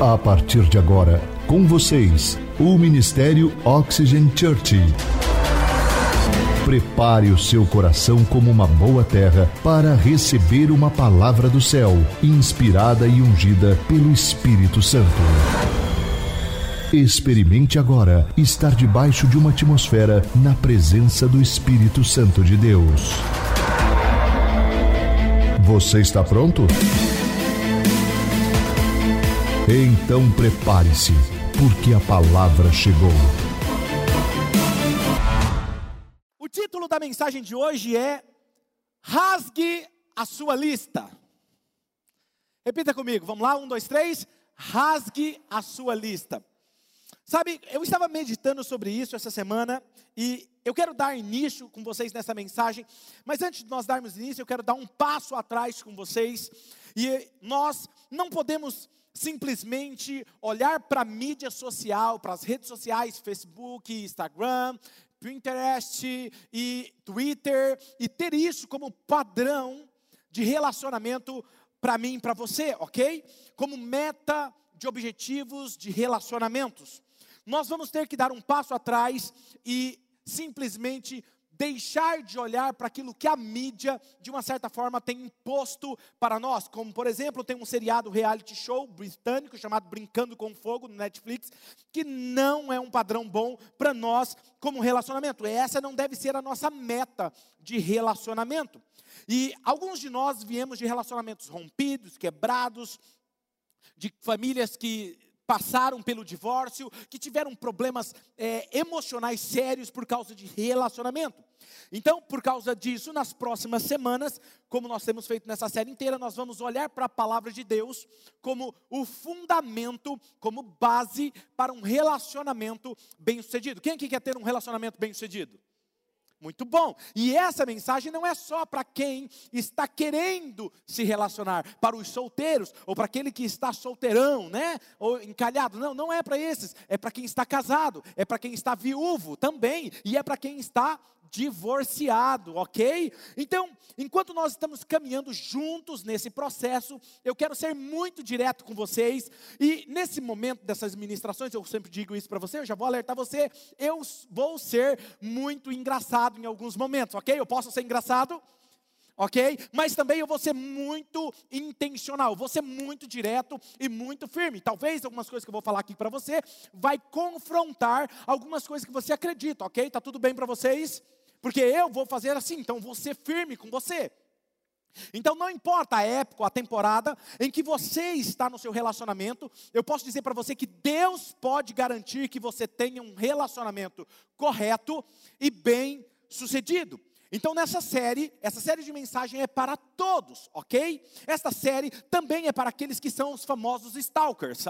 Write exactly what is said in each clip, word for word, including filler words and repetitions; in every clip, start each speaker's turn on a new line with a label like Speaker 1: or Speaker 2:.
Speaker 1: A partir de agora, com vocês, o Ministério Oxygen Church. Prepare o seu coração como uma boa terra para receber uma palavra do céu, inspirada e ungida pelo Espírito Santo. Experimente agora estar debaixo de uma atmosfera na presença do Espírito Santo de Deus. Você está pronto? Então prepare-se, porque a palavra chegou.
Speaker 2: O título da mensagem de hoje é Rasgue a sua lista. Repita comigo, vamos lá, um, dois, três. Rasgue a sua lista. Sabe, eu estava meditando sobre isso essa semana e eu quero dar início com vocês nessa mensagem, mas antes de nós darmos início, eu quero dar um passo atrás com vocês. E nós não podemos simplesmente olhar para a mídia social, para as redes sociais, Facebook, Instagram, Pinterest e Twitter, e ter isso como padrão de relacionamento para mim e para você, ok? Como meta de objetivos de relacionamentos. Nós vamos ter que dar um passo atrás e simplesmente deixar de olhar para aquilo que a mídia, de uma certa forma, tem imposto para nós. Como, por exemplo, tem um seriado reality show britânico chamado Brincando com Fogo, no Netflix, que não é um padrão bom para nós como relacionamento. Essa não deve ser a nossa meta de relacionamento. E alguns de nós viemos de relacionamentos rompidos, quebrados, de famílias que passaram pelo divórcio, que tiveram problemas é, emocionais sérios por causa de relacionamento. Então, por causa disso, nas próximas semanas, como nós temos feito nessa série inteira, nós vamos olhar para a palavra de Deus como o fundamento, como base para um relacionamento bem-sucedido. Quem aqui quer ter um relacionamento bem-sucedido? Muito bom. E essa mensagem não é só para quem está querendo se relacionar, para os solteiros, ou para aquele que está solteirão, né? Ou encalhado. Não, não é para esses. É para quem está casado, é para quem está viúvo também, e é para quem está divorciado, ok? Então, enquanto nós estamos caminhando juntos nesse processo, eu quero ser muito direto com vocês, e nesse momento dessas ministrações, eu sempre digo isso para você, eu já vou alertar você, eu vou ser muito engraçado em alguns momentos, ok? Eu posso ser engraçado? Ok? Mas também eu vou ser muito intencional, vou ser muito direto e muito firme. Talvez algumas coisas que eu vou falar aqui para você vai confrontar algumas coisas que você acredita, ok? Tá tudo bem para vocês? Porque eu vou fazer assim, então vou ser firme com você. Então não importa a época, a temporada em que você está no seu relacionamento, eu posso dizer para você que Deus pode garantir que você tenha um relacionamento correto e bem sucedido. Então nessa série, essa série de mensagem é para todos, ok? Esta série também é para aqueles que são os famosos stalkers,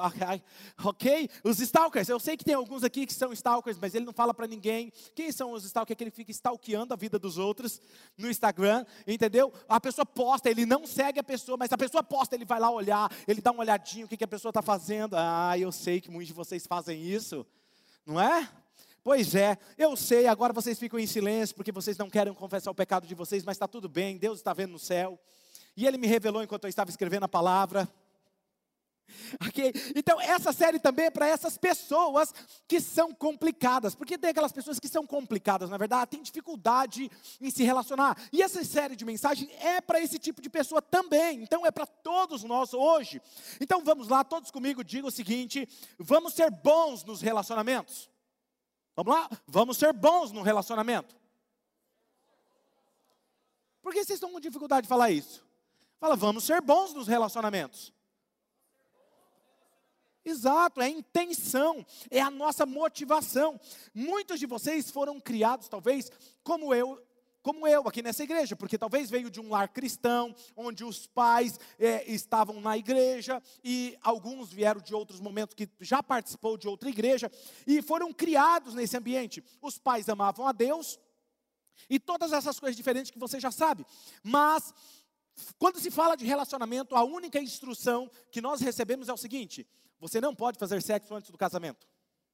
Speaker 2: ok? Os stalkers, eu sei que tem alguns aqui que são stalkers, mas ele não fala para ninguém. Quem são os stalkers? Aquele que fica stalkeando a vida dos outros no Instagram, entendeu? A pessoa posta, ele não segue a pessoa, mas a pessoa posta, ele vai lá olhar, ele dá uma olhadinha, o que, que a pessoa está fazendo. Ah, eu sei que muitos de vocês fazem isso, não é? Pois é, eu sei, agora vocês ficam em silêncio porque vocês não querem confessar o pecado de vocês, mas está tudo bem, Deus está vendo no céu. E Ele me revelou enquanto eu estava escrevendo a palavra. Ok? Então essa série também é para essas pessoas que são complicadas, porque tem aquelas pessoas que são complicadas, na verdade, têm dificuldade em se relacionar. E essa série de mensagem é para esse tipo de pessoa também, então é para todos nós hoje. Então vamos lá, todos comigo, digam o seguinte: vamos ser bons nos relacionamentos. Vamos lá? Vamos ser bons no relacionamento. Por que vocês estão com dificuldade de falar isso? Fala, vamos ser bons nos relacionamentos. Exato, é a intenção, é a nossa motivação. Muitos de vocês foram criados, talvez, como eu, como eu aqui nessa igreja, porque talvez veio de um lar cristão, onde os pais é, estavam na igreja, e alguns vieram de outros momentos que já participou de outra igreja, e foram criados nesse ambiente. Os pais amavam a Deus, e todas essas coisas diferentes que você já sabe, mas quando se fala de relacionamento, a única instrução que nós recebemos é o seguinte: você não pode fazer sexo antes do casamento.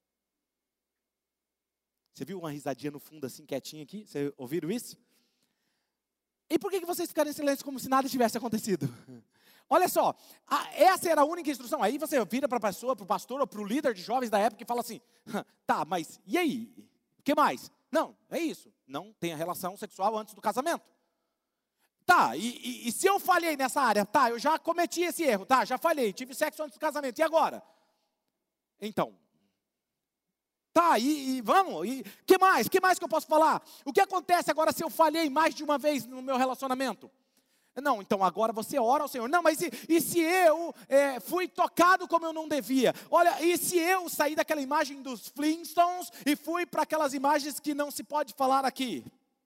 Speaker 2: Você viu uma risadinha no fundo assim, quietinha aqui? Vocês ouviram isso? E por que que vocês ficaram em silêncio como se nada tivesse acontecido? Olha só, a, essa era a única instrução. Aí você vira para a pessoa, para o pastor ou para o líder de jovens da época e fala assim, tá, mas e aí? O que mais? Não, é isso. Não tenha relação sexual antes do casamento. Tá, e, e, e se eu falhei nessa área? Tá, eu já cometi esse erro, tá, já falhei, tive sexo antes do casamento, e agora? Então, tá, e, e vamos, e que mais? Que mais que eu posso falar? O que acontece agora se eu falhei mais de uma vez no meu relacionamento? Não, então agora você ora ao Senhor. Não, mas e, e se eu é, fui tocado como eu não devia? Olha, e se eu saí daquela imagem dos Flintstones e fui para aquelas imagens que não se pode falar aqui?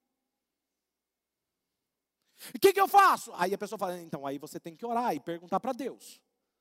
Speaker 2: O que, que eu faço? Aí a pessoa fala, então aí você tem que orar e perguntar para Deus.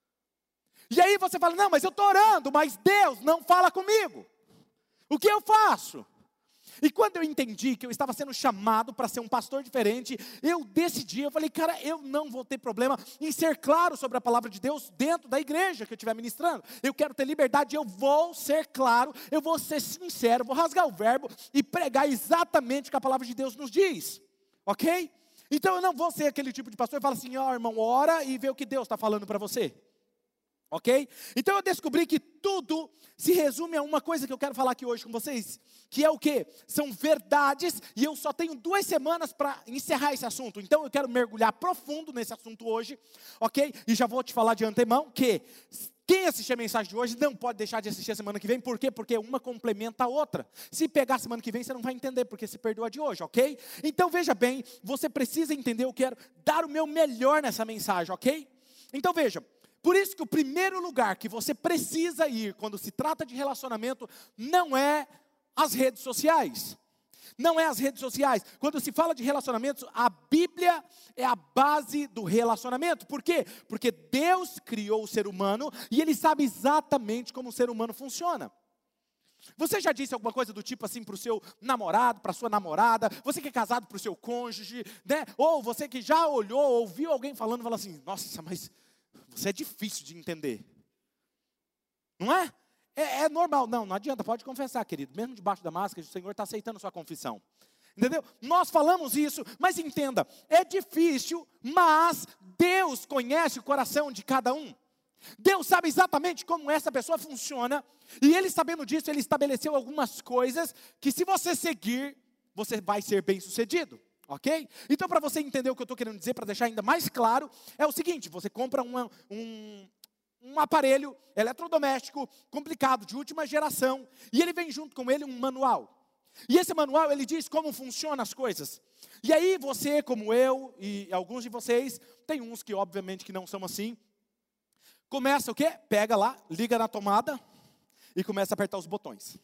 Speaker 2: E aí você fala, não, mas eu estou orando, mas Deus não fala comigo. O que eu faço? E quando eu entendi que eu estava sendo chamado para ser um pastor diferente, eu decidi, eu falei, cara, eu não vou ter problema em ser claro sobre a palavra de Deus dentro da igreja que eu estiver ministrando. Eu quero ter liberdade, eu vou ser claro, eu vou ser sincero, vou rasgar o verbo e pregar exatamente o que a palavra de Deus nos diz. Ok? Então eu não vou ser aquele tipo de pastor que fala assim, ó, oh, irmão, ora e vê o que Deus está falando para você. Ok? Então eu descobri que tudo se resume a uma coisa que eu quero falar aqui hoje com vocês, que é o quê? São verdades, e eu só tenho duas semanas para encerrar esse assunto. Então eu quero mergulhar profundo nesse assunto hoje, ok? E já vou te falar de antemão que quem assistir a mensagem de hoje não pode deixar de assistir a semana que vem. Por quê? Porque uma complementa a outra. Se pegar a semana que vem, você não vai entender, porque se perdeu a de hoje, ok? Então veja bem, você precisa entender, eu quero dar o meu melhor nessa mensagem, ok? Então veja, por isso que o primeiro lugar que você precisa ir quando se trata de relacionamento não é as redes sociais. Não é as redes sociais. Quando se fala de relacionamentos, a Bíblia é a base do relacionamento. Por quê? Porque Deus criou o ser humano e Ele sabe exatamente como o ser humano funciona. Você já disse alguma coisa do tipo assim para o seu namorado, para a sua namorada, você que é casado para o seu cônjuge, né? Ou você que já olhou, ouviu alguém falando e falou assim, nossa, mas você é difícil de entender. Não é? É, é normal. Não, não adianta, pode confessar, querido. Mesmo debaixo da máscara, o Senhor está aceitando a sua confissão. Entendeu? Nós falamos isso, mas entenda, é difícil, mas Deus conhece o coração de cada um. Deus sabe exatamente como essa pessoa funciona, e Ele sabendo disso, Ele estabeleceu algumas coisas, que se você seguir, você vai ser bem sucedido. Ok? Então para você entender o que eu estou querendo dizer, para deixar ainda mais claro, é o seguinte, você compra uma, um, um aparelho eletrodoméstico complicado, de última geração, e ele vem junto com ele um manual. E esse manual, ele diz como funcionam as coisas. E aí você, como eu, e alguns de vocês, tem uns que obviamente que não são assim, começa o quê? Pega lá, liga na tomada, e começa a apertar os botões.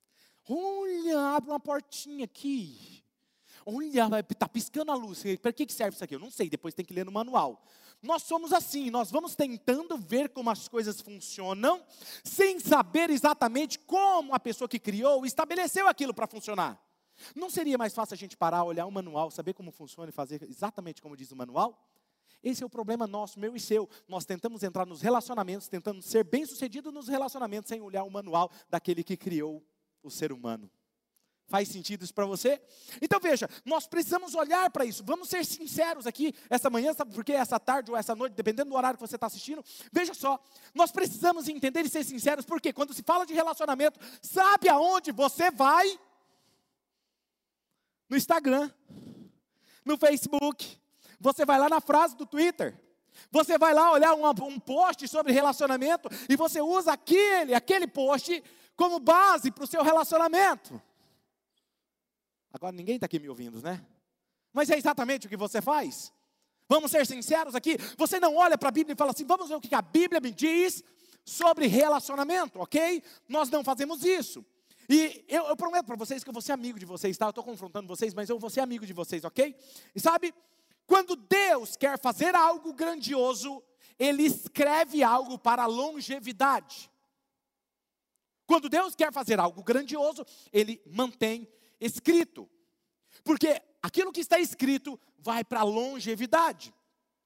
Speaker 2: Olha, abre uma portinha aqui. Olha, está piscando a luz, para que serve isso aqui? Eu não sei, depois tem que ler no manual. Nós somos assim, nós vamos tentando ver como as coisas funcionam, sem saber exatamente como a pessoa que criou estabeleceu aquilo para funcionar. Não seria mais fácil a gente parar, olhar o manual, saber como funciona e fazer exatamente como diz o manual? Esse é o problema nosso, meu e seu. Nós tentamos entrar nos relacionamentos, tentando ser bem-sucedido nos relacionamentos, sem olhar o manual daquele que criou o ser humano. Faz sentido isso para você? Então veja, nós precisamos olhar para isso. Vamos ser sinceros aqui, essa manhã, sabe por quê? Essa tarde ou essa noite, dependendo do horário que você está assistindo. Veja só, nós precisamos entender e ser sinceros, porque quando se fala de relacionamento, sabe aonde você vai? No Instagram, no Facebook, você vai lá na frase do Twitter, você vai lá olhar um, um post sobre relacionamento, e você usa aquele, aquele post como base para o seu relacionamento. Agora ninguém está aqui me ouvindo, né? Mas é exatamente o que você faz. Vamos ser sinceros aqui. Você não olha para a Bíblia e fala assim, vamos ver o que a Bíblia me diz sobre relacionamento, ok? Nós não fazemos isso. E eu, eu prometo para vocês que eu vou ser amigo de vocês, tá? Eu estou confrontando vocês, mas eu vou ser amigo de vocês, ok? E sabe, quando Deus quer fazer algo grandioso, Ele escreve algo para a longevidade. Quando Deus quer fazer algo grandioso, Ele mantém escrito, porque aquilo que está escrito vai para a longevidade.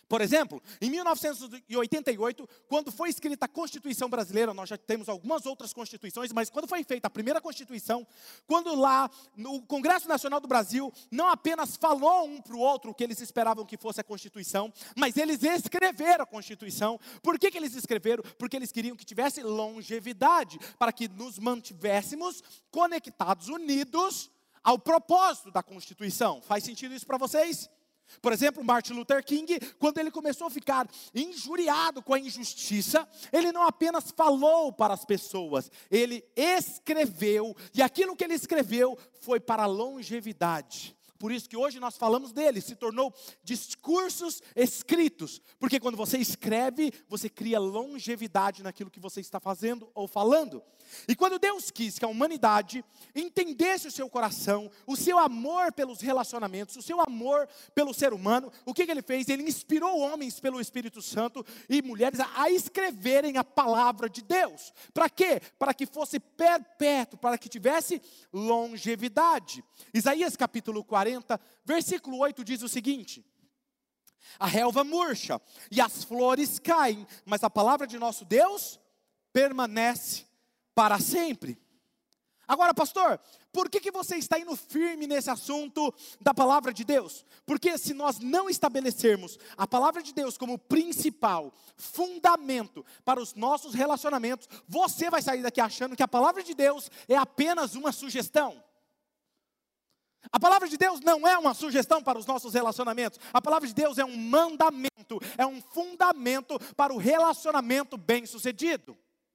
Speaker 2: Por exemplo, em mil novecentos e oitenta e oito, quando foi escrita a Constituição Brasileira, nós já temos algumas outras constituições, mas quando foi feita a primeira Constituição, quando lá no Congresso Nacional do Brasil, não apenas falou um para o outro o que eles esperavam que fosse a Constituição, mas eles escreveram a Constituição. Por que que eles escreveram? Porque eles queriam que tivesse longevidade, para que nos mantivéssemos conectados, unidos ao propósito da Constituição. Faz sentido isso para vocês? Por exemplo, Martin Luther King, quando ele começou a ficar injuriado com a injustiça, ele não apenas falou para as pessoas, ele escreveu, e aquilo que ele escreveu foi para a longevidade. Por isso que hoje nós falamos dele, se tornou discursos escritos. Porque quando você escreve, você cria longevidade naquilo que você está fazendo ou falando. E quando Deus quis que a humanidade entendesse o seu coração, o seu amor pelos relacionamentos, o seu amor pelo ser humano, o que, que ele fez? Ele inspirou homens pelo Espírito Santo e mulheres a, a escreverem a palavra de Deus. Para quê? Para que fosse perpétuo, para que tivesse longevidade. Isaías capítulo quarenta, versículo oito diz o seguinte: a relva murcha e as flores caem, mas a palavra de nosso Deus permanece para sempre. Agora, pastor, por que que você está indo firme nesse assunto da palavra de Deus? Porque se nós não estabelecermos a palavra de Deus como principal fundamento para os nossos relacionamentos, você vai sair daqui achando que a palavra de Deus é apenas uma sugestão. A palavra de Deus não é uma sugestão para os nossos relacionamentos. A palavra de Deus é um mandamento, é um fundamento para o relacionamento bem-sucedido.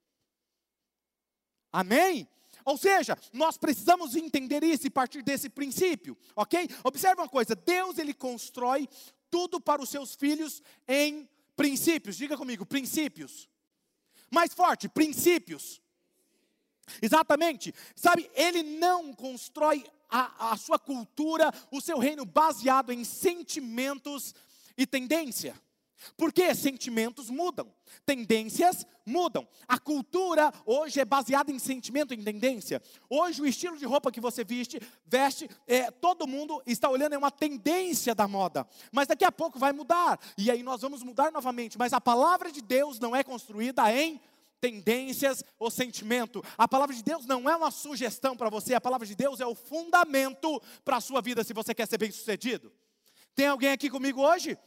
Speaker 2: Amém? Ou seja, nós precisamos entender isso e partir desse princípio, ok? Observe uma coisa, Deus ele constrói tudo para os seus filhos em princípios. Diga comigo, princípios. Mais forte, princípios. Exatamente. Sabe, ele não constrói a, a sua cultura, o seu reino baseado em sentimentos e tendência. Porque sentimentos mudam, tendências mudam. A cultura hoje é baseada em sentimento e em tendência. Hoje o estilo de roupa que você veste, veste é, todo mundo está olhando, é uma tendência da moda. Mas daqui a pouco vai mudar, e aí nós vamos mudar novamente. Mas a palavra de Deus não é construída em tendências ou sentimento. A palavra de Deus não é uma sugestão para você, a palavra de Deus é o fundamento para a sua vida, se você quer ser bem sucedido. Tem alguém aqui comigo hoje?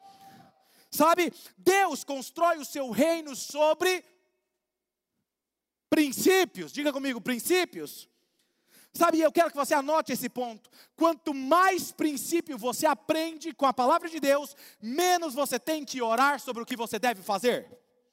Speaker 2: Sabe, Deus constrói o seu reino sobre princípios. Diga comigo, princípios. Sabe, eu quero que você anote esse ponto. Quanto mais princípio você aprende com a palavra de Deus, menos você tem que orar sobre o que você deve fazer.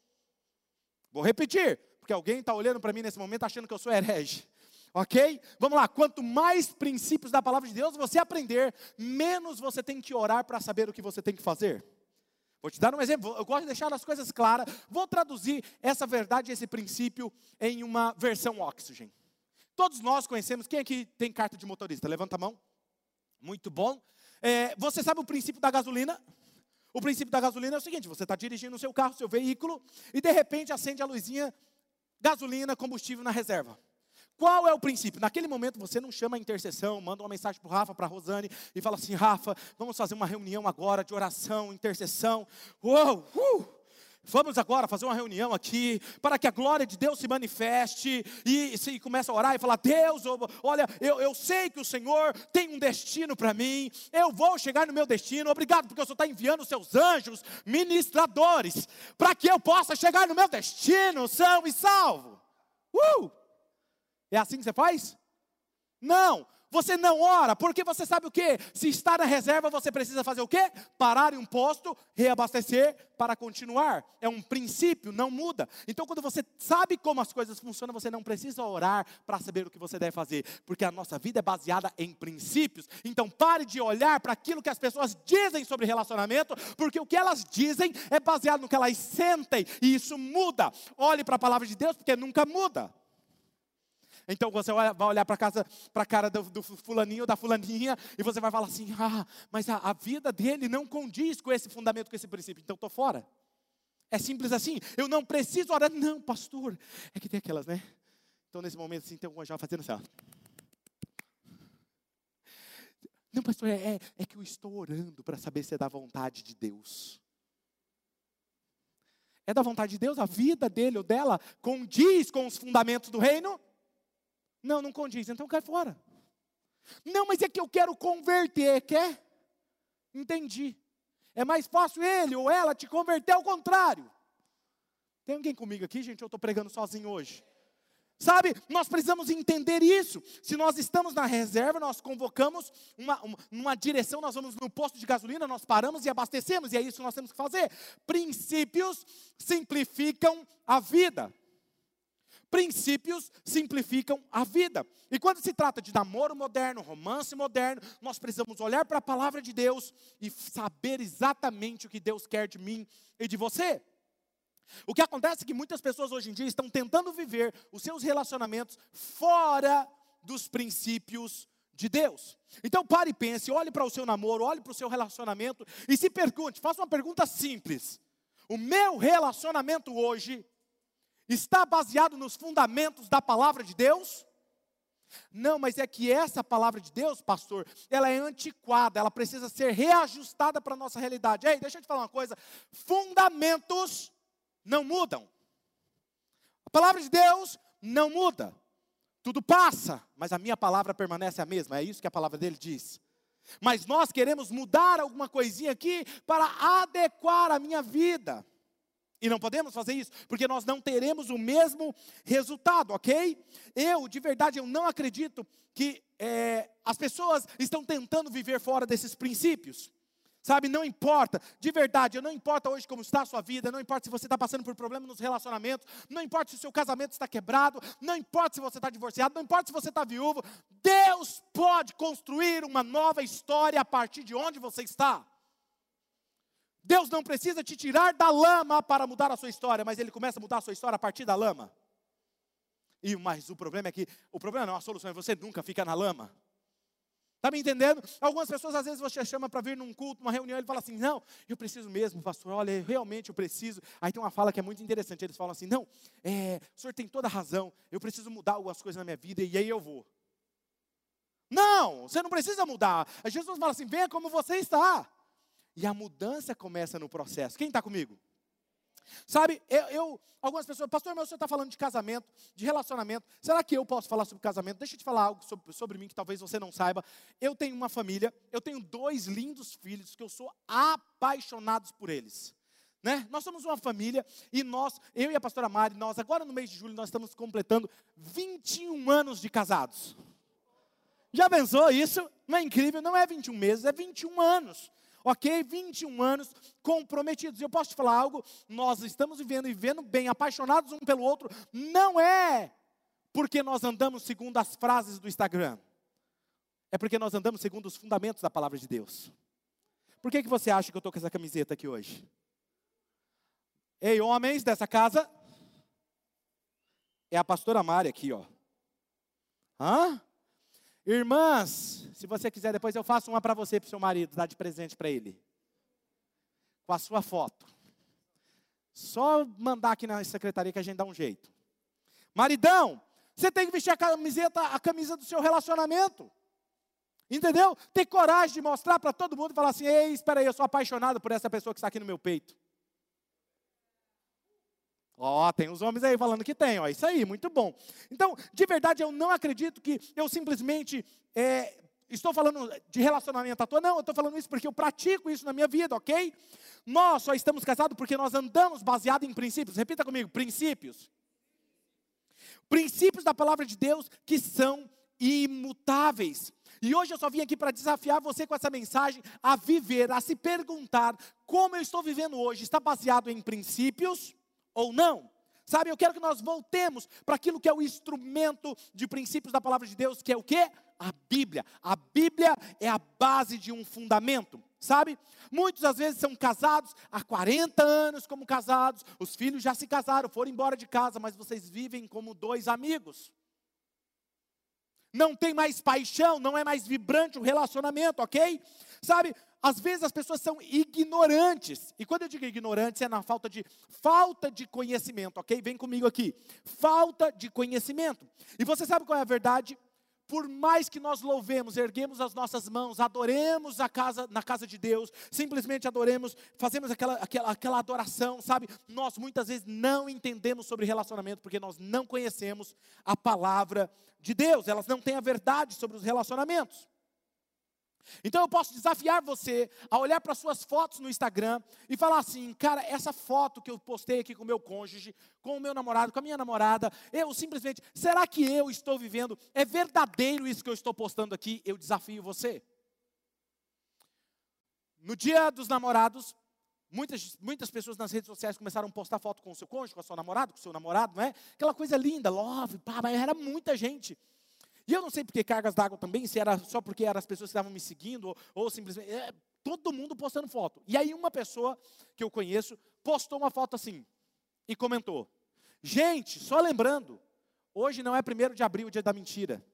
Speaker 2: Vou repetir, porque alguém está olhando para mim nesse momento achando que eu sou herege. Ok? Vamos lá, quanto mais princípios da palavra de Deus você aprender, menos você tem que orar para saber o que você tem que fazer. Vou te dar um exemplo, eu gosto de deixar as coisas claras. Vou traduzir essa verdade, esse princípio, em uma versão Oxygen. Todos nós conhecemos, quem aqui tem carta de motorista? Levanta a mão. Muito bom. É, você sabe o princípio da gasolina? O princípio da gasolina é o seguinte, você está dirigindo o seu carro, o seu veículo, e de repente acende a luzinha, gasolina, combustível na reserva. Qual é o princípio? Naquele momento você não chama a intercessão, manda uma mensagem para o Rafa, para a Rosane, e fala assim, Rafa, vamos fazer uma reunião agora de oração, intercessão. Uou, uh, vamos agora fazer uma reunião aqui, para que a glória de Deus se manifeste, e se começa a orar e falar, Deus, olha, eu, eu sei que o Senhor tem um destino para mim, eu vou chegar no meu destino, obrigado, porque o Senhor está enviando os seus anjos, ministradores, para que eu possa chegar no meu destino, são e salvo. Uh! É assim que você faz? Não, você não ora, porque você sabe o quê? Se está na reserva, você precisa fazer o quê? Parar em um posto, reabastecer para continuar. É um princípio, não muda. Então quando você sabe como as coisas funcionam, você não precisa orar para saber o que você deve fazer. Porque a nossa vida é baseada em princípios. Então pare de olhar para aquilo que as pessoas dizem sobre relacionamento, porque o que elas dizem é baseado no que elas sentem, e isso muda. Olhe para a palavra de Deus, porque nunca muda. Então você vai olhar para casa, para a cara do, do fulaninho ou da fulaninha, e você vai falar assim, ah, mas a, a vida dele não condiz com esse fundamento, com esse princípio, então estou fora. É simples assim, eu não preciso orar, não pastor, é que tem aquelas, né? Então nesse momento assim, tem alguma já fazendo assim, ó. Não pastor, é, é, é que eu estou orando para saber se é da vontade de Deus. É da vontade de Deus? A vida dele ou dela condiz com os fundamentos do reino? Não, não condiz, então cai fora. Não, mas é que eu quero converter, quer? Entendi. É mais fácil ele ou ela te converter ao contrário. Tem alguém comigo aqui, gente? Eu estou pregando sozinho hoje. Sabe, nós precisamos entender isso. Se nós estamos na reserva, nós convocamos uma, uma, uma direção, nós vamos no posto de gasolina, nós paramos e abastecemos, e é isso que nós temos que fazer. Princípios simplificam a vida. Princípios simplificam a vida. E quando se trata de namoro moderno, romance moderno, nós precisamos olhar para a palavra de Deus e saber exatamente o que Deus quer de mim e de você. O que acontece é que muitas pessoas hoje em dia estão tentando viver os seus relacionamentos fora dos princípios de Deus. Então pare e pense, olhe para o seu namoro, olhe para o seu relacionamento e se pergunte, faça uma pergunta simples. O meu relacionamento hoje está baseado nos fundamentos da palavra de Deus? Não, mas é que essa palavra de Deus, pastor, ela é antiquada, ela precisa ser reajustada para a nossa realidade. Ei, deixa eu te falar uma coisa, fundamentos não mudam. A palavra de Deus não muda. Tudo passa, mas a minha palavra permanece a mesma. É isso que a palavra dele diz. Mas nós queremos mudar alguma coisinha aqui para adequar a minha vida. E não podemos fazer isso, porque nós não teremos o mesmo resultado, ok? Eu, de verdade, eu não acredito que é, as pessoas estão tentando viver fora desses princípios. Sabe, não importa, de verdade, não importa hoje como está a sua vida, não importa se você está passando por problema nos relacionamentos, não importa se o seu casamento está quebrado, não importa se você está divorciado, não importa se você está viúvo, Deus pode construir uma nova história a partir de onde você está. Deus não precisa te tirar da lama para mudar a sua história, mas Ele começa a mudar a sua história a partir da lama. E mas o problema é que, o problema não, a solução é você nunca fica na lama. Está me entendendo? Algumas pessoas, às vezes, você chama para vir num culto, uma reunião, ele fala assim, não, eu preciso mesmo, pastor, olha, realmente eu preciso. Aí tem uma fala que é muito interessante, eles falam assim, não, é, o senhor tem toda a razão, eu preciso mudar algumas coisas na minha vida e aí eu vou. Não, você não precisa mudar. Jesus fala assim, venha como você está. E a mudança começa no processo. Quem está comigo? Sabe, eu, eu, algumas pessoas, pastor, mas o senhor está falando de casamento, de relacionamento, será que eu posso falar sobre casamento? Deixa eu te falar algo sobre, sobre mim que talvez você não saiba. Eu tenho uma família, eu tenho dois lindos filhos que eu sou apaixonado por eles. Né? Nós somos uma família e nós, eu e a pastora Mari, nós agora no mês de julho nós estamos completando vinte e um anos de casados. Já pensou isso? Não é incrível? Não é vinte e um meses, é vinte e um anos. Ok? vinte e um anos comprometidos. E eu posso te falar algo, nós estamos vivendo e vivendo bem, apaixonados um pelo outro, não é porque nós andamos segundo as frases do Instagram. É porque nós andamos segundo os fundamentos da palavra de Deus. Por que que você acha que eu estou com essa camiseta aqui hoje? Ei, homens dessa casa, é a pastora Mari aqui, ó. Hã? Irmãs, se você quiser, depois eu faço uma para você, para o seu marido, dar de presente para ele. Com a sua foto. Só mandar aqui na secretaria que a gente dá um jeito. Maridão, você tem que vestir a camiseta, a camisa do seu relacionamento. Entendeu? Ter coragem de mostrar para todo mundo e falar assim, ei, espera aí, eu sou apaixonado por essa pessoa que está aqui no meu peito. Ó, oh, tem uns homens aí falando que tem, ó, isso aí, muito bom. Então, de verdade, eu não acredito que eu simplesmente é, estou falando de relacionamento à toa. Não, eu estou falando isso porque eu pratico isso na minha vida, ok? Nós só estamos casados porque nós andamos baseados em princípios. Repita comigo, princípios. Princípios da palavra de Deus que são imutáveis. E hoje eu só vim aqui para desafiar você com essa mensagem a viver, a se perguntar como eu estou vivendo hoje. Está baseado em princípios ou não? Sabe, eu quero que nós voltemos para aquilo que é o instrumento de princípios da palavra de Deus, que é o quê? A Bíblia. A Bíblia é a base de um fundamento, sabe? Muitos às vezes são casados há quarenta anos como casados, os filhos já se casaram, foram embora de casa, mas vocês vivem como dois amigos. Não tem mais paixão, não é mais vibrante o relacionamento, ok? Sabe, às vezes as pessoas são ignorantes. E quando eu digo ignorantes, é na falta de, falta de conhecimento, ok? Vem comigo aqui. Falta de conhecimento. E você sabe qual é a verdade? por mais que nós louvemos, erguemos as nossas mãos, adoremos a casa, na casa de Deus, simplesmente adoremos, fazemos aquela, aquela, aquela adoração, sabe? Nós muitas vezes não entendemos sobre relacionamento, porque nós não conhecemos a palavra de Deus, elas não têm a verdade sobre os relacionamentos. Então eu posso desafiar você a olhar para suas fotos no Instagram e falar assim: cara, essa foto que eu postei aqui com o meu cônjuge, com o meu namorado, com a minha namorada, eu simplesmente, será que eu estou vivendo, é verdadeiro isso que eu estou postando aqui? Eu desafio você. No dia dos namorados, muitas, muitas pessoas nas redes sociais começaram a postar foto com o seu cônjuge, com a sua namorada, com o seu namorado, não é? Aquela coisa linda, love, pá, mas era muita gente. E eu não sei porque cargas d'água também, se era só porque eram as pessoas que estavam me seguindo, ou, ou simplesmente, é, todo mundo postando foto. E aí uma pessoa que eu conheço, postou uma foto assim, e comentou: gente, só lembrando, hoje não é primeiro de abril, o dia da mentira.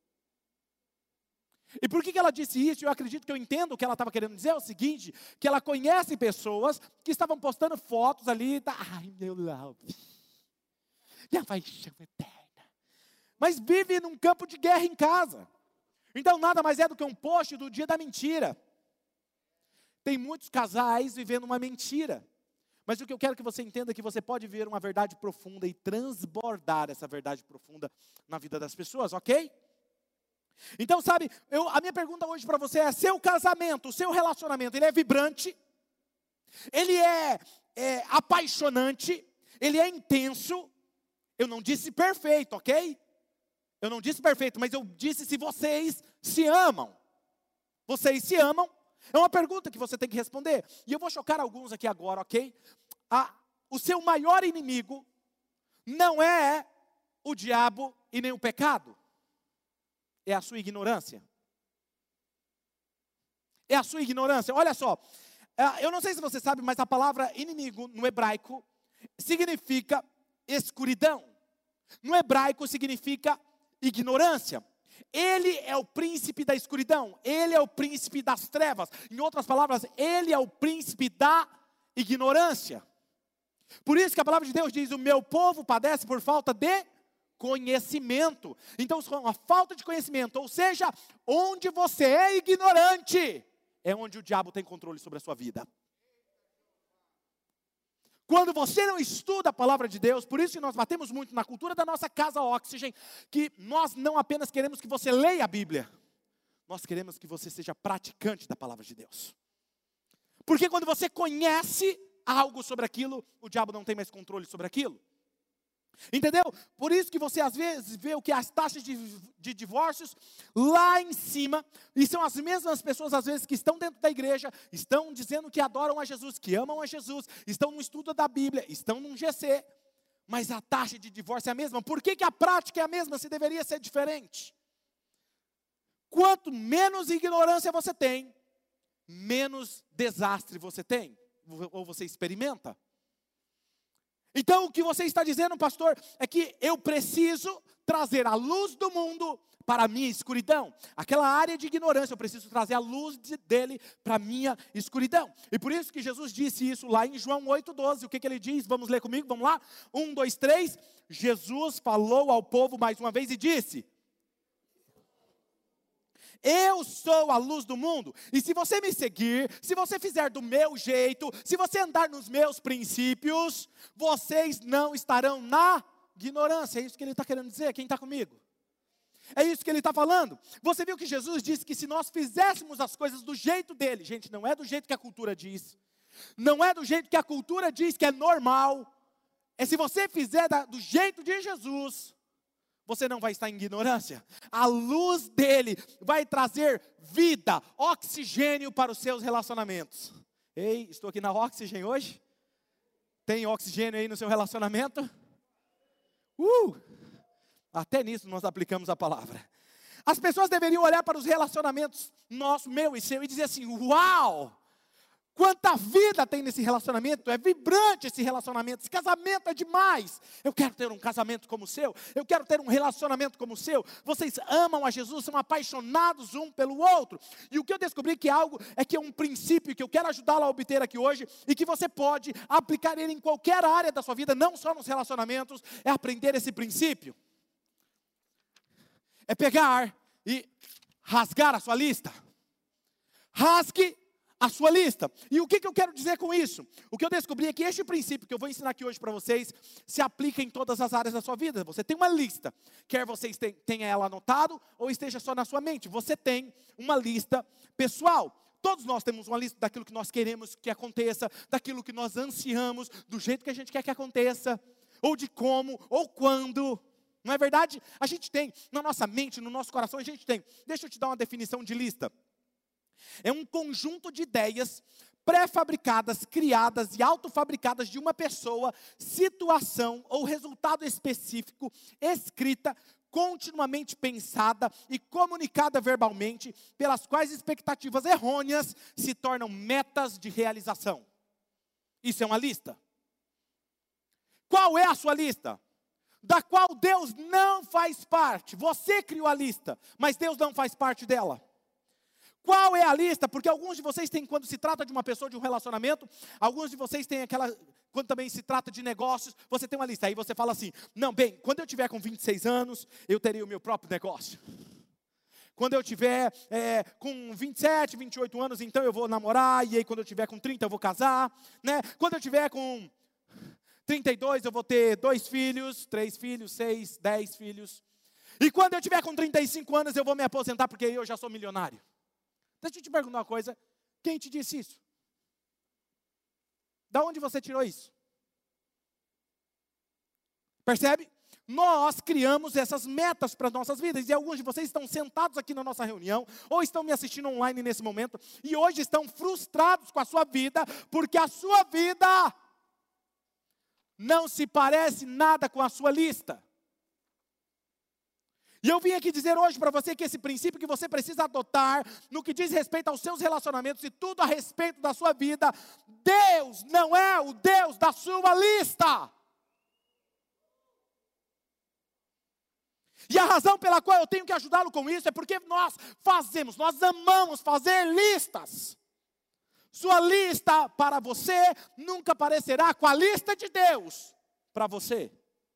Speaker 2: E por que que ela disse isso? Eu acredito que eu entendo o que ela estava querendo dizer, é o seguinte, que ela conhece pessoas que estavam postando fotos ali, tá, ai meu love, minha paixão eterna. Mas vive num campo de guerra em casa. Então nada mais é do que um post do dia da mentira. Tem muitos casais vivendo uma mentira. Mas o que eu quero que você entenda é que você pode ver uma verdade profunda e transbordar essa verdade profunda na vida das pessoas, ok? Então sabe, eu, a minha pergunta hoje para você é: seu casamento, o seu relacionamento, ele é vibrante? Ele é, é apaixonante? Ele é intenso? Eu não disse perfeito, ok? Eu não disse perfeito, mas eu disse se vocês se amam. Vocês se amam? É uma pergunta que você tem que responder. E eu vou chocar alguns aqui agora, ok? Ah, o seu maior inimigo não é o diabo e nem o pecado. É a sua ignorância. É a sua ignorância. Olha só, eu não sei se você sabe, mas a palavra inimigo no hebraico significa escuridão. No hebraico significa ignorância. Ele é o príncipe da escuridão. Ele é o príncipe das trevas. Em outras palavras, ele é o príncipe da ignorância. Por isso que a palavra de Deus diz: o meu povo padece por falta de conhecimento. Então, a falta de conhecimento, ou seja, onde você é ignorante, é onde o diabo tem controle sobre a sua vida. Quando você não estuda a palavra de Deus, por isso que nós batemos muito na cultura da nossa casa Oxygen, que nós não apenas queremos que você leia a Bíblia, nós queremos que você seja praticante da palavra de Deus. Porque quando você conhece algo sobre aquilo, o diabo não tem mais controle sobre aquilo. Entendeu? Por isso que você às vezes vê o que as taxas de, de divórcios lá em cima, e são as mesmas pessoas às vezes que estão dentro da igreja, estão dizendo que adoram a Jesus, que amam a Jesus, estão no estudo da Bíblia, estão num G C, mas a taxa de divórcio é a mesma. Por que que a prática é a mesma se deveria ser diferente? Quanto menos ignorância você tem, menos desastre você tem, ou você experimenta. Então o que você está dizendo, pastor, é que eu preciso trazer a luz do mundo para a minha escuridão. Aquela área de ignorância, eu preciso trazer a luz de, dele para a minha escuridão. E por isso que Jesus disse isso lá em João oito, doze. O que, que ele diz? Vamos ler comigo, vamos lá? Um, dois, três. Jesus falou ao povo mais uma vez e disse: eu sou a luz do mundo, e se você me seguir, se você fizer do meu jeito, se você andar nos meus princípios, vocês não estarão na ignorância. É isso que ele está querendo dizer, quem está comigo? É isso que ele está falando. Você viu que Jesus disse que se nós fizéssemos as coisas do jeito dele, gente, não é do jeito que a cultura diz, não é do jeito que a cultura diz que é normal, é se você fizer da, do jeito de Jesus, você não vai estar em ignorância. A luz dele vai trazer vida, oxigênio para os seus relacionamentos. Ei, estou aqui na Oxygen hoje? Tem oxigênio aí no seu relacionamento? Uh! Até nisso nós aplicamos a palavra. As pessoas deveriam olhar para os relacionamentos nosso, meu e seu, e dizer assim: uau! Quanta vida tem nesse relacionamento, é vibrante esse relacionamento, esse casamento é demais. Eu quero ter um casamento como o seu, eu quero ter um relacionamento como o seu. Vocês amam a Jesus, são apaixonados um pelo outro. E o que eu descobri que é algo, é que é um princípio que eu quero ajudá-lo a obter aqui hoje, e que você pode aplicar ele em qualquer área da sua vida, não só nos relacionamentos, é aprender esse princípio. É pegar e rasgar a sua lista. Rasgue a sua lista. E o que, que eu quero dizer com isso? O que eu descobri é que este princípio que eu vou ensinar aqui hoje para vocês se aplica em todas as áreas da sua vida. Você tem uma lista, quer você tenha ela anotado ou esteja só na sua mente. Você tem uma lista pessoal. Todos nós temos uma lista daquilo que nós queremos que aconteça, daquilo que nós ansiamos, do jeito que a gente quer que aconteça, ou de como, ou quando. Não é verdade? A gente tem, na nossa mente, no nosso coração, a gente tem. Deixa eu te dar uma definição de lista. É um conjunto de ideias pré-fabricadas, criadas e autofabricadas de uma pessoa, situação ou resultado específico, escrita, continuamente pensada e comunicada verbalmente, pelas quais expectativas errôneas se tornam metas de realização. Isso é uma lista. Qual é a sua lista? Da qual Deus não faz parte. Você criou a lista, mas Deus não faz parte dela. Qual é a lista? Porque alguns de vocês têm, quando se trata de uma pessoa, de um relacionamento, alguns de vocês têm aquela, quando também se trata de negócios, você tem uma lista. Aí você fala assim, não, bem, quando eu tiver com vinte e seis anos, eu terei o meu próprio negócio. Quando eu tiver é, com vinte e sete, vinte e oito anos, então eu vou namorar. E aí quando eu tiver com trinta, eu vou casar. Né? Quando eu tiver com trinta e dois, eu vou ter dois filhos, três filhos, seis, dez filhos. E quando eu tiver com trinta e cinco anos, eu vou me aposentar, porque eu já sou milionário. Deixa eu te perguntar uma coisa, quem te disse isso? Da onde você tirou isso? Percebe? Nós criamos essas metas para as nossas vidas, e alguns de vocês estão sentados aqui na nossa reunião, ou estão me assistindo online nesse momento, e hoje estão frustrados com a sua vida, porque a sua vida não se parece nada com a sua lista. E eu vim aqui dizer hoje para você que esse princípio que você precisa adotar no que diz respeito aos seus relacionamentos e tudo a respeito da sua vida, Deus não é o Deus da sua lista. E a razão pela qual eu tenho que ajudá-lo com isso é porque nós fazemos, nós amamos fazer listas. Sua lista para você nunca parecerá com a lista de Deus para você.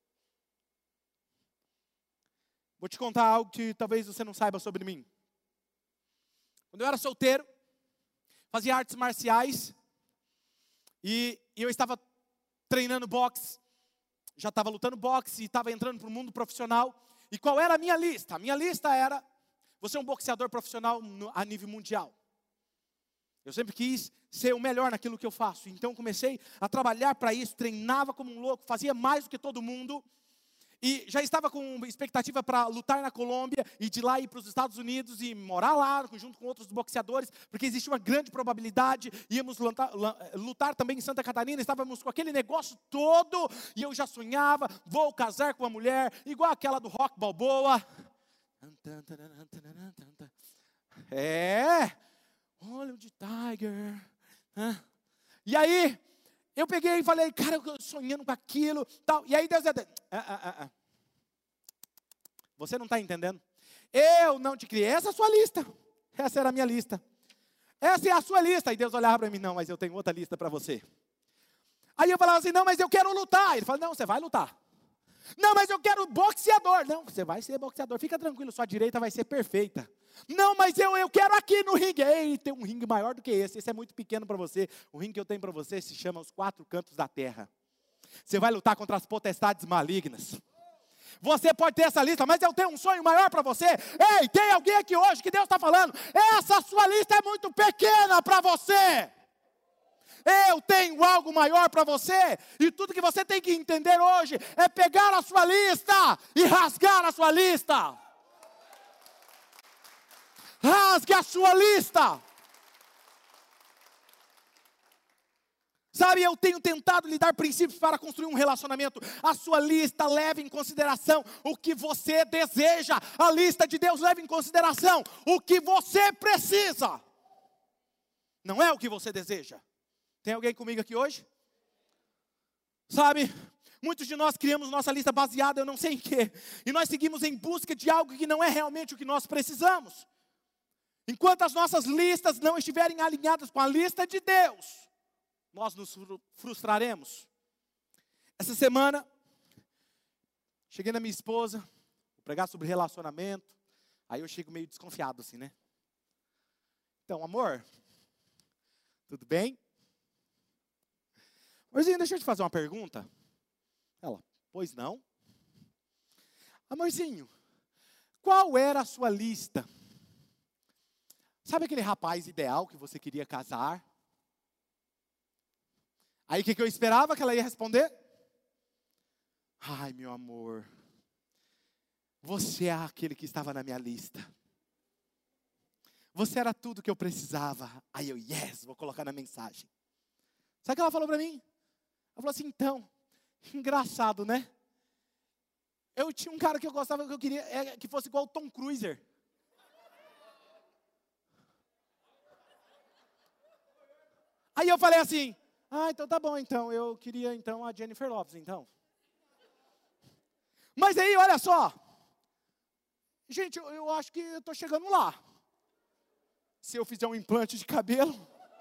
Speaker 2: Vou te contar algo que talvez você não saiba sobre mim. Quando eu era solteiro, fazia artes marciais, e eu estava treinando boxe, já estava lutando boxe e estava entrando para o mundo profissional. E qual era a minha lista? A minha lista era, você é um boxeador profissional no, a nível mundial. Eu sempre quis ser o melhor naquilo que eu faço. Então comecei a trabalhar para isso, treinava como um louco, fazia mais do que todo mundo. E já estava com expectativa para lutar na Colômbia e de lá ir para os Estados Unidos e morar lá junto com outros boxeadores, porque existia uma grande probabilidade, íamos lutar, lutar também em Santa Catarina, estávamos com aquele negócio todo, e eu já sonhava, vou casar com uma mulher, igual aquela do Rock Balboa. É, olha o de Tiger. E aí, eu peguei e falei, cara, eu sonhando com aquilo, tal. E aí Deus é, ah, ah, ah. Você não está entendendo? Eu não te criei, essa é a sua lista. Essa era a minha lista. Essa é a sua lista. E Deus olhava para mim, não, mas eu tenho outra lista para você. Aí eu falava assim, não, mas eu quero lutar. Ele falou, não, você vai lutar. Não, mas eu quero boxeador. Não, você vai ser boxeador, fica tranquilo, sua direita vai ser perfeita. Não, mas eu, eu quero aqui no ringue. Ei, tem um ringue maior do que esse, esse é muito pequeno para você. O ringue que eu tenho para você se chama Os Quatro Cantos da Terra. Você vai lutar contra as potestades malignas. Você pode ter essa lista, mas eu tenho um sonho maior para você. Ei, tem alguém aqui hoje que Deus está falando, essa sua lista é muito pequena para você. Eu tenho algo maior para você, e tudo que você tem que entender hoje é pegar a sua lista e rasgar a sua lista. Rasgue a sua lista. Sabe, eu tenho tentado lhe dar princípios para construir um relacionamento. A sua lista leva em consideração o que você deseja. A lista de Deus leva em consideração o que você precisa. Não é o que você deseja. Tem alguém comigo aqui hoje? Sabe, muitos de nós criamos nossa lista baseada eu não sei em quê. E nós seguimos em busca de algo que não é realmente o que nós precisamos. Enquanto as nossas listas não estiverem alinhadas com a lista de Deus, nós nos frustraremos. Essa semana, cheguei na minha esposa, vou pregar sobre relacionamento. Aí eu chego meio desconfiado assim, né? Então, amor, tudo bem? Amorzinho, deixa eu te fazer uma pergunta. Ela, pois não. Amorzinho, qual era a sua lista? Sabe aquele rapaz ideal que você queria casar? Aí o que, que eu esperava que ela ia responder? Ai, meu amor, você é aquele que estava na minha lista. Você era tudo que eu precisava. Aí eu, yes, vou colocar na mensagem. Sabe o que ela falou para mim? Ela falou assim, então, engraçado, né? Eu tinha um cara que eu gostava, que eu queria é, que fosse igual o Tom Cruise. Aí eu falei assim, ah, então tá bom, então, eu queria então a Jennifer Lopez, então. Mas aí, olha só, gente, eu, eu acho que eu estou chegando lá. Se eu fizer um implante de cabelo.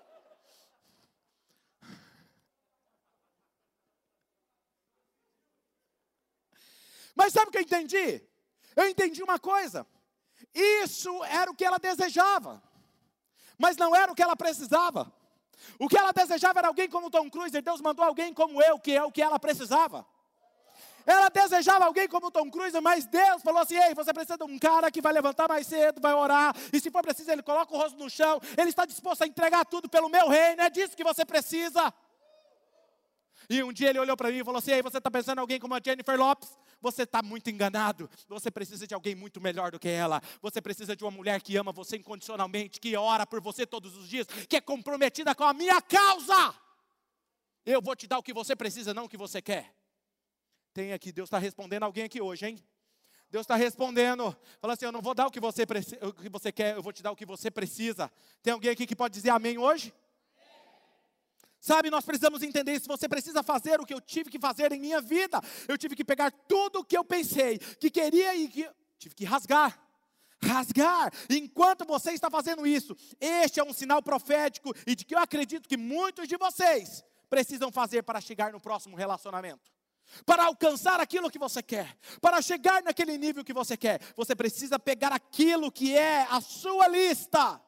Speaker 2: Mas sabe o que eu entendi? Eu entendi uma coisa. Isso era o que ela desejava. Mas não era o que ela precisava. O que ela desejava era alguém como Tom Cruise. Deus mandou alguém como eu, que é o que ela precisava. Ela desejava alguém como Tom Cruise, mas Deus falou assim, ei, você precisa de um cara que vai levantar mais cedo, vai orar, e se for preciso ele coloca o rosto no chão, ele está disposto a entregar tudo pelo meu reino, é disso que você precisa. E um dia ele olhou para mim e falou assim, ei, você está pensando em alguém como a Jennifer Lopez? Você está muito enganado, você precisa de alguém muito melhor do que ela, você precisa de uma mulher que ama você incondicionalmente, que ora por você todos os dias, que é comprometida com a minha causa. Eu vou te dar o que você precisa, não o que você quer. Tem aqui, Deus está respondendo alguém aqui hoje, hein? Deus está respondendo, fala assim, eu não vou dar o que, você preci- o que você quer, eu vou te dar o que você precisa. Tem alguém aqui que pode dizer amém hoje? Sabe, nós precisamos entender isso, você precisa fazer o que eu tive que fazer em minha vida. Eu tive que pegar tudo o que eu pensei, que queria e que... Tive que rasgar. Rasgar. Enquanto você está fazendo isso, este é um sinal profético e de que eu acredito que muitos de vocês precisam fazer para chegar no próximo relacionamento. Para alcançar aquilo que você quer, para chegar naquele nível que você quer, você precisa pegar aquilo que é a sua lista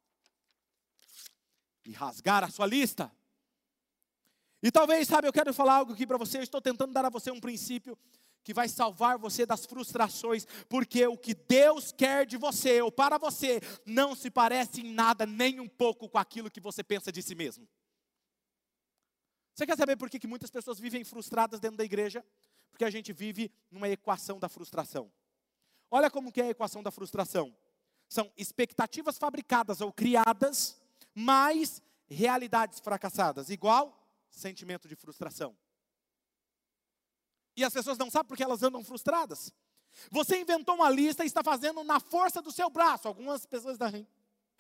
Speaker 2: e rasgar a sua lista. E talvez, sabe, eu quero falar algo aqui para você, eu estou tentando dar a você um princípio que vai salvar você das frustrações, porque o que Deus quer de você, ou para você, não se parece em nada, nem um pouco com aquilo que você pensa de si mesmo. Você quer saber por que que muitas pessoas vivem frustradas dentro da igreja? Porque a gente vive numa equação da frustração. Olha como que é a equação da frustração. São expectativas fabricadas ou criadas, mais realidades fracassadas, igual sentimento de frustração. E as pessoas não sabem porque elas andam frustradas. Você inventou uma lista e está fazendo na força do seu braço. Algumas pessoas da gente.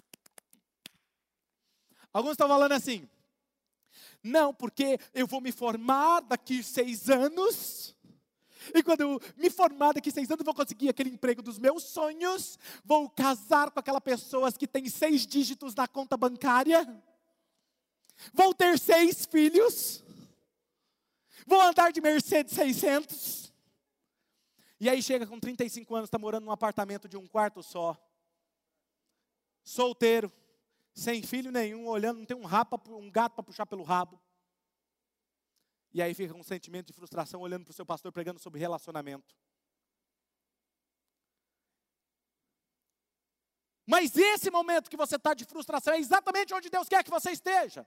Speaker 2: Alguns estão falando assim, não, porque eu vou me formar daqui seis anos, e quando eu me formar daqui seis anos, eu vou conseguir aquele emprego dos meus sonhos, vou casar com aquela pessoa que tem seis dígitos na conta bancária, vou ter seis filhos, vou andar de Mercedes seiscentos, e aí chega com trinta e cinco anos, está morando num apartamento de um quarto só, solteiro, sem filho nenhum, olhando, não tem um, rapa, um gato para puxar pelo rabo. E aí fica com um sentimento de frustração, olhando para o seu pastor pregando sobre relacionamento. Mas esse momento que você está de frustração é exatamente onde Deus quer que você esteja.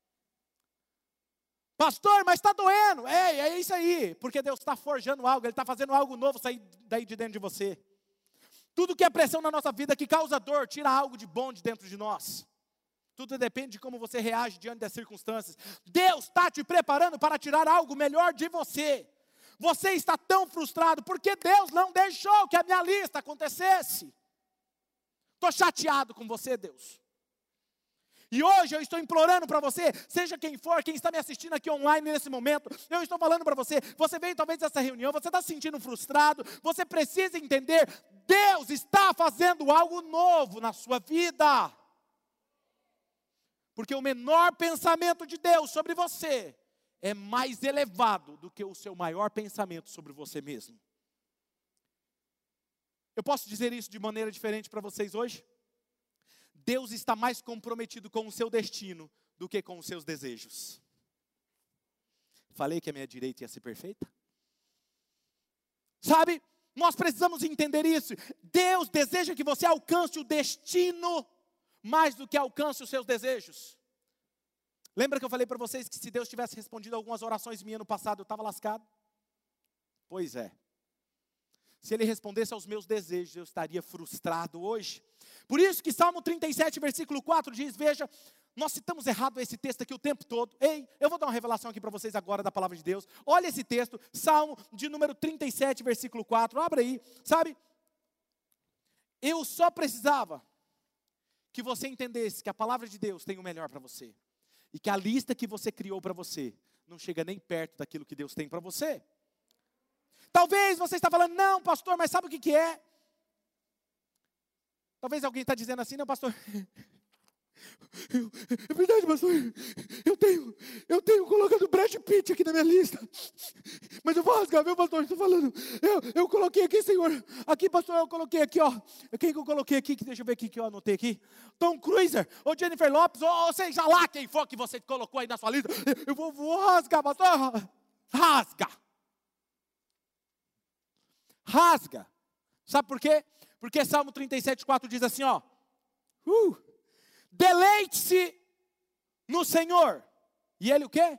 Speaker 2: Pastor, mas está doendo. É, é isso aí, porque Deus está forjando algo, Ele está fazendo algo novo sair daí de dentro de você. Tudo que é pressão na nossa vida que causa dor, tira algo de bom de dentro de nós. Tudo depende de como você reage diante das circunstâncias. Deus está te preparando para tirar algo melhor de você. Você está tão frustrado porque Deus não deixou que a minha lista acontecesse. Estou chateado com você, Deus. E hoje eu estou implorando para você, seja quem for, quem está me assistindo aqui online nesse momento, eu estou falando para você, você veio talvez dessa reunião, você está se sentindo frustrado, você precisa entender, Deus está fazendo algo novo na sua vida. Porque o menor pensamento de Deus sobre você é mais elevado do que o seu maior pensamento sobre você mesmo. Eu posso dizer isso de maneira diferente para vocês hoje? Deus está mais comprometido com o seu destino do que com os seus desejos. Falei que a minha direita ia ser perfeita? Sabe, nós precisamos entender isso. Deus deseja que você alcance o destino mais do que alcance os seus desejos. Lembra que eu falei para vocês que se Deus tivesse respondido algumas orações minhas no passado, eu estava lascado? Pois é. Se Ele respondesse aos meus desejos, eu estaria frustrado hoje. Por isso que Salmo trinta e sete, versículo quatro diz, veja, nós citamos errado esse texto aqui o tempo todo. Ei, eu vou dar uma revelação aqui para vocês agora da palavra de Deus. Olha esse texto, Salmo de número trinta e sete, versículo quatro. Abre aí, sabe? Eu só precisava que você entendesse que a palavra de Deus tem o melhor para você. E que a lista que você criou para você não chega nem perto daquilo que Deus tem para você. Talvez você está falando, não pastor, mas sabe o que, que é? Talvez alguém está dizendo assim, não pastor, eu, é verdade pastor, eu tenho, eu tenho colocado Brad Pitt aqui na minha lista, mas eu vou rasgar, viu pastor, estou falando, eu, eu coloquei aqui senhor, aqui pastor, eu coloquei aqui ó, quem que eu coloquei aqui, deixa eu ver aqui que eu anotei aqui, Tom Cruise, ou Jennifer Lopez, ou, ou seja lá quem for que você colocou aí na sua lista, eu vou, vou rasgar pastor, rasga. Rasga. Sabe por quê? Porque Salmo trinta e sete, quatro diz assim, ó. Uh, Deleite-se no Senhor. E Ele o quê?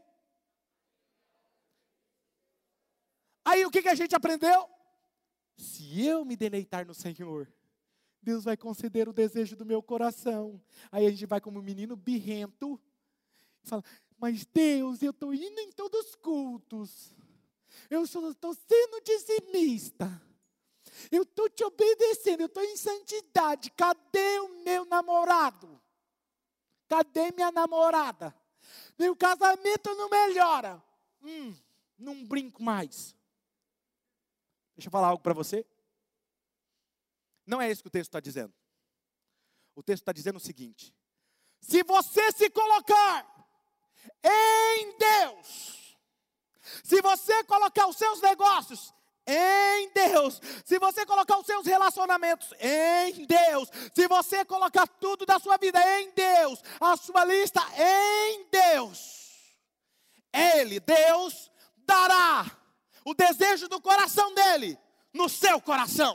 Speaker 2: Aí o que, que a gente aprendeu? Se eu me deleitar no Senhor, Deus vai conceder o desejo do meu coração. Aí a gente vai como um menino birrento. E fala, mas Deus, eu estou indo em todos os cultos. Eu estou sendo dizimista. Eu estou te obedecendo. Eu estou em santidade. Cadê o meu namorado? Cadê minha namorada? Meu casamento não melhora. Hum, não brinco mais. Deixa eu falar algo para você. Não é isso que o texto está dizendo. O texto está dizendo o seguinte. Se você se colocar em Deus... Se você colocar os seus negócios em Deus, se você colocar os seus relacionamentos em Deus, se você colocar tudo da sua vida em Deus, a sua lista em Deus, Ele, Deus, dará o desejo do coração dEle no seu coração.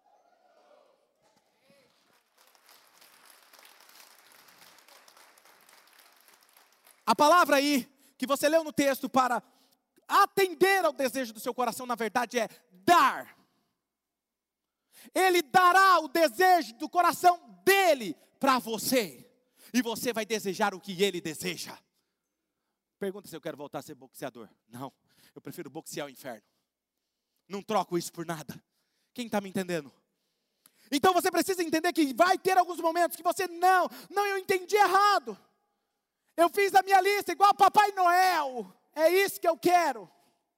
Speaker 2: A palavra aí, que você leu no texto para atender ao desejo do seu coração, na verdade é dar. Ele dará o desejo do coração dele para você. E você vai desejar o que ele deseja. Pergunta se eu quero voltar a ser boxeador. Não, eu prefiro boxear o inferno. Não troco isso por nada. Quem está me entendendo? Então você precisa entender que vai ter alguns momentos que você não, não, eu entendi errado. Eu fiz a minha lista igual Papai Noel. É isso que eu quero.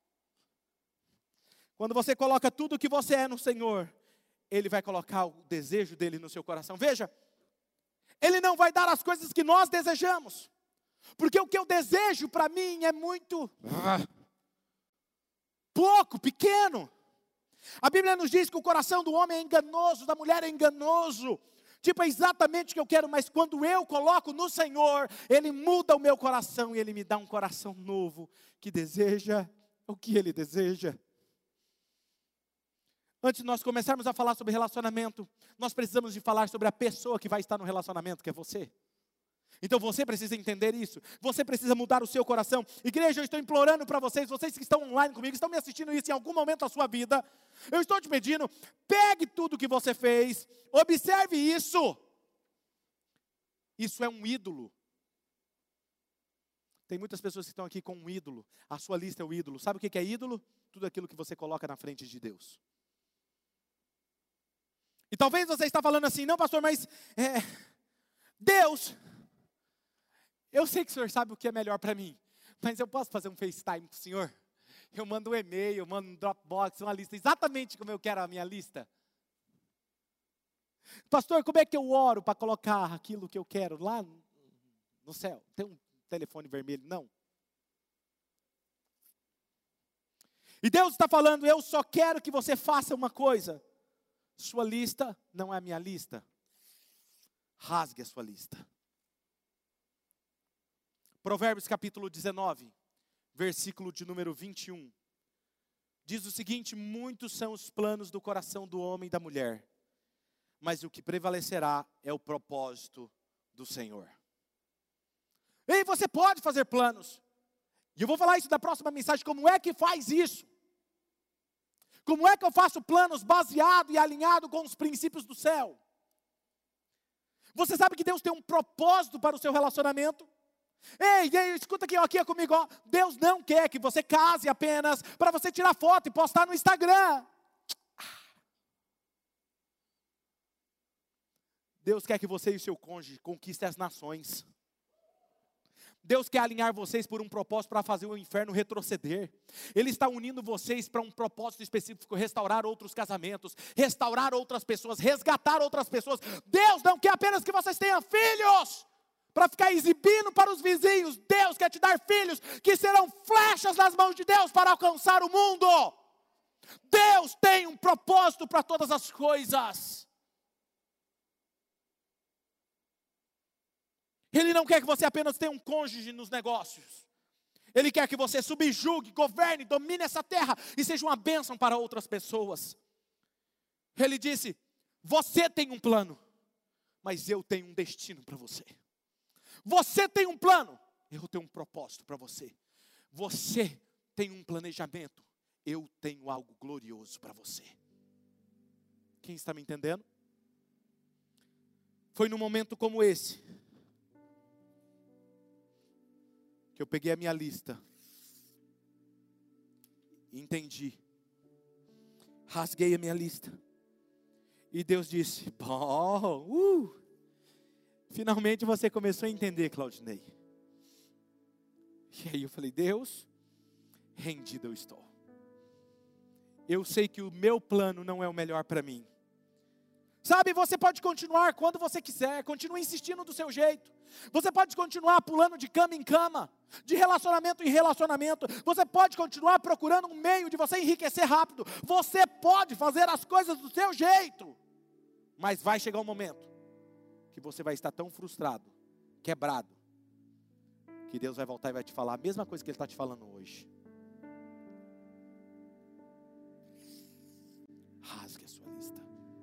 Speaker 2: Quando você coloca tudo o que você é no Senhor, Ele vai colocar o desejo dEle no seu coração. Veja, Ele não vai dar as coisas que nós desejamos. Porque o que eu desejo para mim é muito pouco, pequeno. A Bíblia nos diz que o coração do homem é enganoso, da mulher é enganoso. Tipo, é exatamente o que eu quero, mas quando eu coloco no Senhor, Ele muda o meu coração e Ele me dá um coração novo, que deseja o que Ele deseja. Antes de nós começarmos a falar sobre relacionamento, nós precisamos de falar sobre a pessoa que vai estar no relacionamento, que é você. Então você precisa entender isso, você precisa mudar o seu coração. Igreja, eu estou implorando para vocês, vocês que estão online comigo, estão me assistindo isso em algum momento da sua vida, eu estou te pedindo, pegue tudo que você fez, observe isso. Isso é um ídolo. Tem muitas pessoas que estão aqui com um ídolo, a sua lista é o ídolo. Sabe o que é ídolo? Tudo aquilo que você coloca na frente de Deus. E talvez você está falando assim, não pastor, mas é, Deus... Eu sei que o senhor sabe o que é melhor para mim, mas eu posso fazer um FaceTime com o senhor? Eu mando um e-mail, eu mando um Dropbox, uma lista, exatamente como eu quero a minha lista. Pastor, como é que eu oro para colocar aquilo que eu quero lá no céu? Tem um telefone vermelho? Não. E Deus está falando, eu só quero que você faça uma coisa. Sua lista não é a minha lista. Rasgue a sua lista. Provérbios capítulo dezenove, versículo de número vinte e um. Diz o seguinte: muitos são os planos do coração do homem e da mulher, mas o que prevalecerá é o propósito do Senhor. Ei, você pode fazer planos. E eu vou falar isso na próxima mensagem, como é que faz isso? Como é que eu faço planos baseado e alinhado com os princípios do céu? Você sabe que Deus tem um propósito para o seu relacionamento? Ei, ei, escuta aqui, ó, aqui é comigo, ó. Deus não quer que você case apenas para você tirar foto e postar no Instagram. Deus quer que você e o seu cônjuge conquistem as nações. Deus quer alinhar vocês por um propósito para fazer o inferno retroceder. Ele está unindo vocês para um propósito específico: restaurar outros casamentos, restaurar outras pessoas, resgatar outras pessoas. Deus não quer apenas que vocês tenham filhos para ficar exibindo para os vizinhos. Deus quer te dar filhos que serão flechas nas mãos de Deus para alcançar o mundo. Deus tem um propósito para todas as coisas. Ele não quer que você apenas tenha um cônjuge nos negócios. Ele quer que você subjugue, governe, domine essa terra e seja uma bênção para outras pessoas. Ele disse: você tem um plano, mas eu tenho um destino para você. Você tem um plano, eu tenho um propósito para você. Você tem um planejamento, eu tenho algo glorioso para você. Quem está me entendendo? Foi num momento como esse que eu peguei a minha lista e entendi. Rasguei a minha lista. E Deus disse: bom, uh, finalmente você começou a entender, Claudinei. E aí eu falei: Deus, rendido eu estou. Eu sei que o meu plano não é o melhor para mim. Sabe, você pode continuar quando você quiser, continue insistindo do seu jeito. Você pode continuar pulando de cama em cama, de relacionamento em relacionamento. Você pode continuar procurando um meio de você enriquecer rápido. Você pode fazer as coisas do seu jeito. Mas vai chegar um momento que você vai estar tão frustrado, quebrado, que Deus vai voltar e vai te falar a mesma coisa que Ele está te falando hoje. Rasgue a sua lista.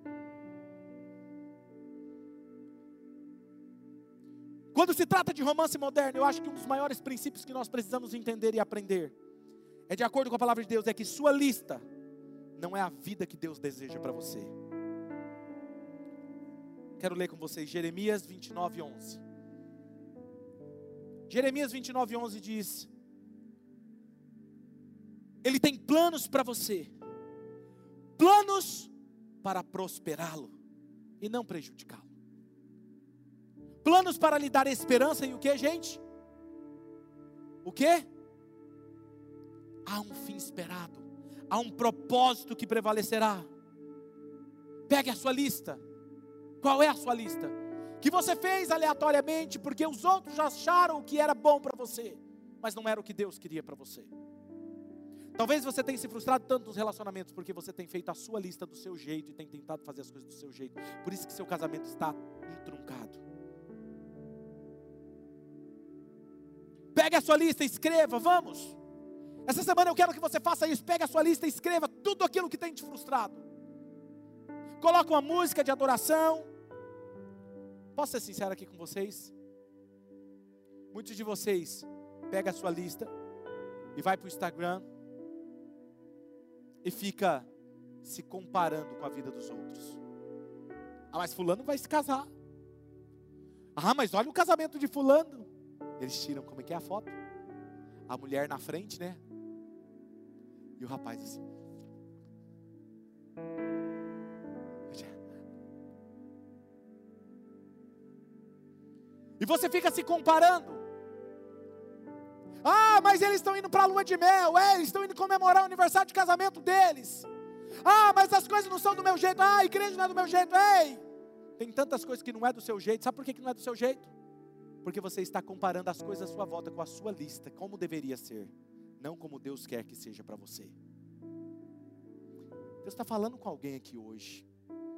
Speaker 2: Quando se trata de romance moderno, eu acho que um dos maiores princípios que nós precisamos entender e aprender é, de acordo com a palavra de Deus, é que sua lista não é a vida que Deus deseja para você. Quero ler com vocês Jeremias vinte e nove, onze. Jeremias vinte e nove, onze diz: Ele tem planos para você, planos para prosperá-lo e não prejudicá-lo. Planos para lhe dar esperança e o que, gente? O que? Há um fim esperado, há um propósito que prevalecerá. Pegue a sua lista. Qual é a sua lista? Que você fez aleatoriamente porque os outros acharam que era bom para você, mas não era o que Deus queria para você. Talvez você tenha se frustrado tanto nos relacionamentos porque você tem feito a sua lista do seu jeito e tem tentado fazer as coisas do seu jeito. Por isso que seu casamento está entroncado. Pegue a sua lista e escreva, vamos. Essa semana eu quero que você faça isso. Pegue a sua lista e escreva tudo aquilo que tem te frustrado. Coloque uma música de adoração. Posso ser sincero aqui com vocês? Muitos de vocês pegam a sua lista e vai para o Instagram e fica se comparando com a vida dos outros. Ah, mas fulano vai se casar. Ah, mas olha o casamento de fulano. Eles tiram, como é que é a foto? A mulher na frente, né? E o rapaz assim. E você fica se comparando. Ah, mas eles estão indo para a lua de mel. É, eles estão indo comemorar o aniversário de casamento deles. Ah, mas as coisas não são do meu jeito. Ah, a igreja não é do meu jeito. Ei, tem tantas coisas que não é do seu jeito. Sabe por que não é do seu jeito? Porque você está comparando as coisas à sua volta com a sua lista, como deveria ser, não como Deus quer que seja para você. Deus está falando com alguém aqui hoje.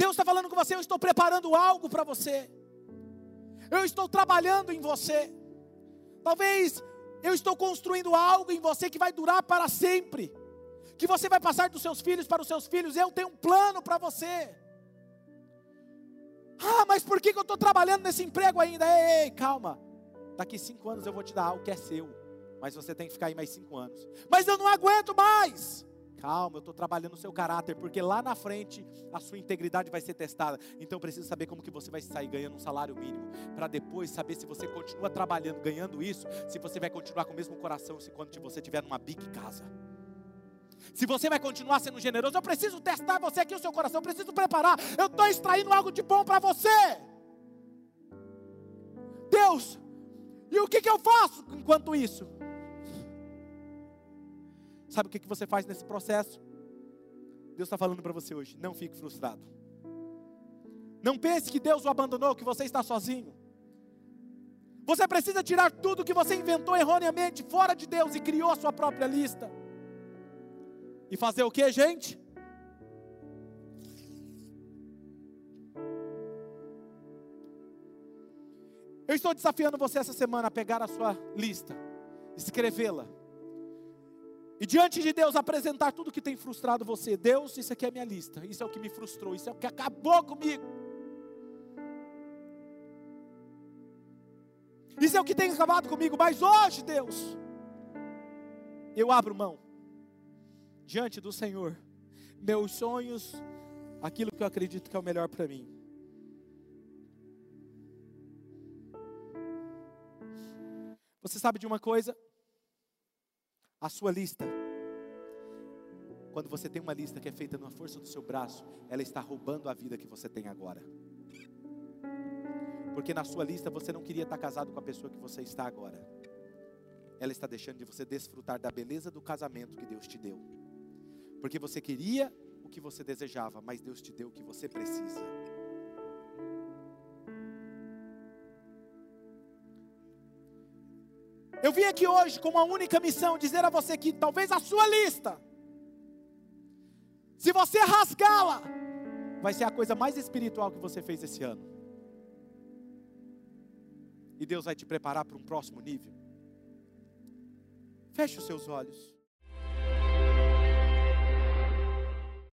Speaker 2: Deus está falando com você, eu estou preparando algo para você. Eu estou trabalhando em você. Talvez eu estou construindo algo em você que vai durar para sempre. Que você vai passar dos seus filhos para os seus filhos. Eu tenho um plano para você. Ah, mas por que que eu estou trabalhando nesse emprego ainda? Ei, ei, calma. Daqui cinco anos eu vou te dar algo que é seu. Mas você tem que ficar aí mais cinco anos. Mas eu não aguento mais. Calma, eu estou trabalhando o seu caráter, porque lá na frente a sua integridade vai ser testada. Então eu preciso saber como que você vai sair ganhando um salário mínimo, para depois saber se você continua trabalhando, ganhando isso, se você vai continuar com o mesmo coração, se quando você estiver numa big casa. Se você vai continuar sendo generoso, eu preciso testar você aqui, o seu coração, eu preciso preparar. Eu estou extraindo algo de bom para você. Deus, e o que que eu faço enquanto isso? Sabe o que que você faz nesse processo? Deus está falando para você hoje, não fique frustrado. Não pense que Deus o abandonou, que você está sozinho. Você precisa tirar tudo que você inventou erroneamente fora de Deus e criou a sua própria lista. E fazer o que, gente? Eu estou desafiando você essa semana a pegar a sua lista, escrevê-la. E diante de Deus apresentar tudo que tem frustrado você. Deus, isso aqui é a minha lista. Isso é o que me frustrou, isso é o que acabou comigo. Isso é o que tem acabado comigo. Mas hoje, Deus, eu abro mão diante do Senhor, meus sonhos, aquilo que eu acredito que é o melhor para mim. Você sabe de uma coisa? A sua lista, quando você tem uma lista que é feita na força do seu braço, ela está roubando a vida que você tem agora. Porque na sua lista você não queria estar casado com a pessoa que você está agora. Ela está deixando de você desfrutar da beleza do casamento que Deus te deu. Porque você queria o que você desejava, mas Deus te deu o que você precisa. Eu vim aqui hoje com uma única missão, dizer a você que talvez a sua lista, se você rasgá-la, vai ser a coisa mais espiritual que você fez esse ano. E Deus vai te preparar para um próximo nível. Feche os seus olhos.